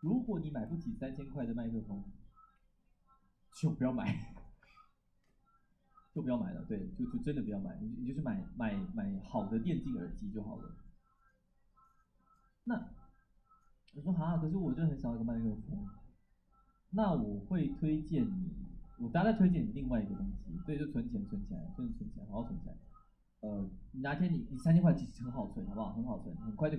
如果你买不起3000块的麦克风，就不要买，就不要买了。对，就真的不要买，你就是买好的电竞耳机就好了。那我说哈，可是我就很想要一个麦克风。那我会推荐你，我大概推荐你另外一个东西，对，就存钱存起来，真的存起来，好好存起来。你哪天你3000块其实很好存，好不好？很好存，很快就。